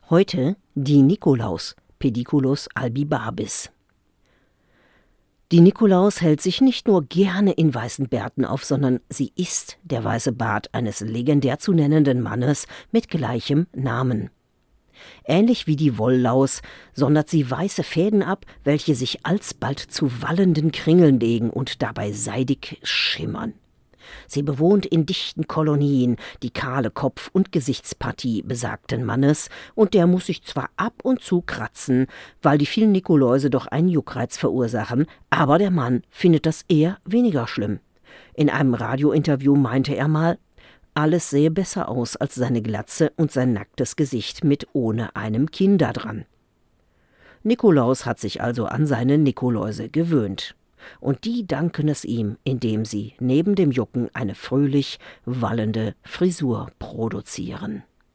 Heute die Nikolaus, Pediculus albibarbis. Die Nikolaus hält sich nicht nur gerne in weißen Bärten auf, sondern sie ist der weiße Bart eines legendär zu nennenden Mannes mit gleichem Namen. Ähnlich wie die Wolllaus sondert sie weiße Fäden ab, welche sich alsbald zu wallenden Kringeln legen und dabei seidig schimmern. Sie bewohnt in dichten Kolonien die kahle Kopf- und Gesichtspartie besagten Mannes, und der muss sich zwar ab und zu kratzen, weil die vielen Nikoläuse doch einen Juckreiz verursachen, aber der Mann findet das eher weniger schlimm. In einem Radiointerview meinte er mal, alles sähe besser aus als seine Glatze und sein nacktes Gesicht mit ohne einem Kinn da dran. Nikolaus hat sich also an seine Nikoläuse gewöhnt. Und die danken es ihm, indem sie neben dem Jucken eine fröhlich wallende Frisur produzieren.